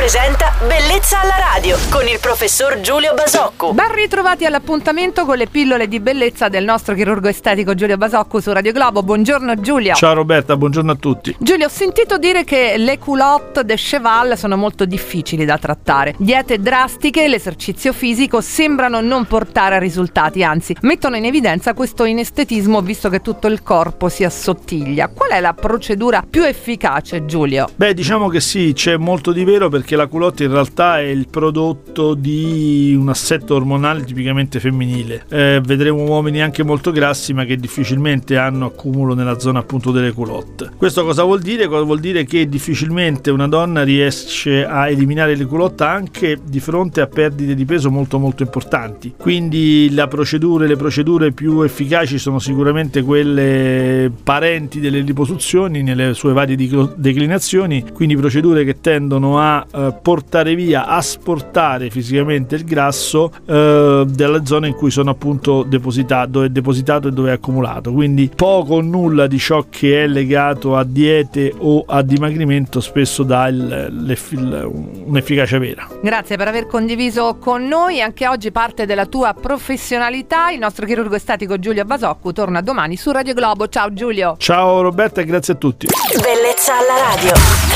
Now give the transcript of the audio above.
presenta Bellezza alla radio con il professor Giulio Basoccu. Ben ritrovati all'appuntamento con le pillole di bellezza del nostro chirurgo estetico Giulio Basoccu su Radio Globo. Buongiorno Giulio. Ciao Roberta, buongiorno a tutti. Giulio, ho sentito dire che le culotte de cheval sono molto difficili da trattare. Diete drastiche e l'esercizio fisico sembrano non portare a risultati, anzi mettono in evidenza questo inestetismo visto che tutto il corpo si assottiglia. Qual è la procedura più efficace, Giulio? Beh, diciamo che sì, c'è molto di vero, perché la culotte in realtà è il prodotto di un assetto ormonale tipicamente femminile. Vedremo uomini anche molto grassi ma che difficilmente hanno accumulo nella zona appunto delle culotte. Questo cosa vuol dire? Vuol dire che difficilmente una donna riesce a eliminare le culotte anche di fronte a perdite di peso molto molto importanti. Quindi le procedure più efficaci sono sicuramente quelle parenti delle liposuzioni nelle sue varie declinazioni, quindi procedure che tendono a portare via, a asportare fisicamente il grasso dalla zona in cui sono appunto depositato e dove è accumulato. Quindi poco o nulla di ciò che è legato a diete o a dimagrimento spesso dà un'efficacia vera. Grazie per aver condiviso con noi anche oggi parte della tua professionalità. Il nostro chirurgo estetico Giulio Basoccu torna domani su Radio Globo. Ciao Giulio. Ciao Roberta e grazie a tutti. Bellezza alla radio.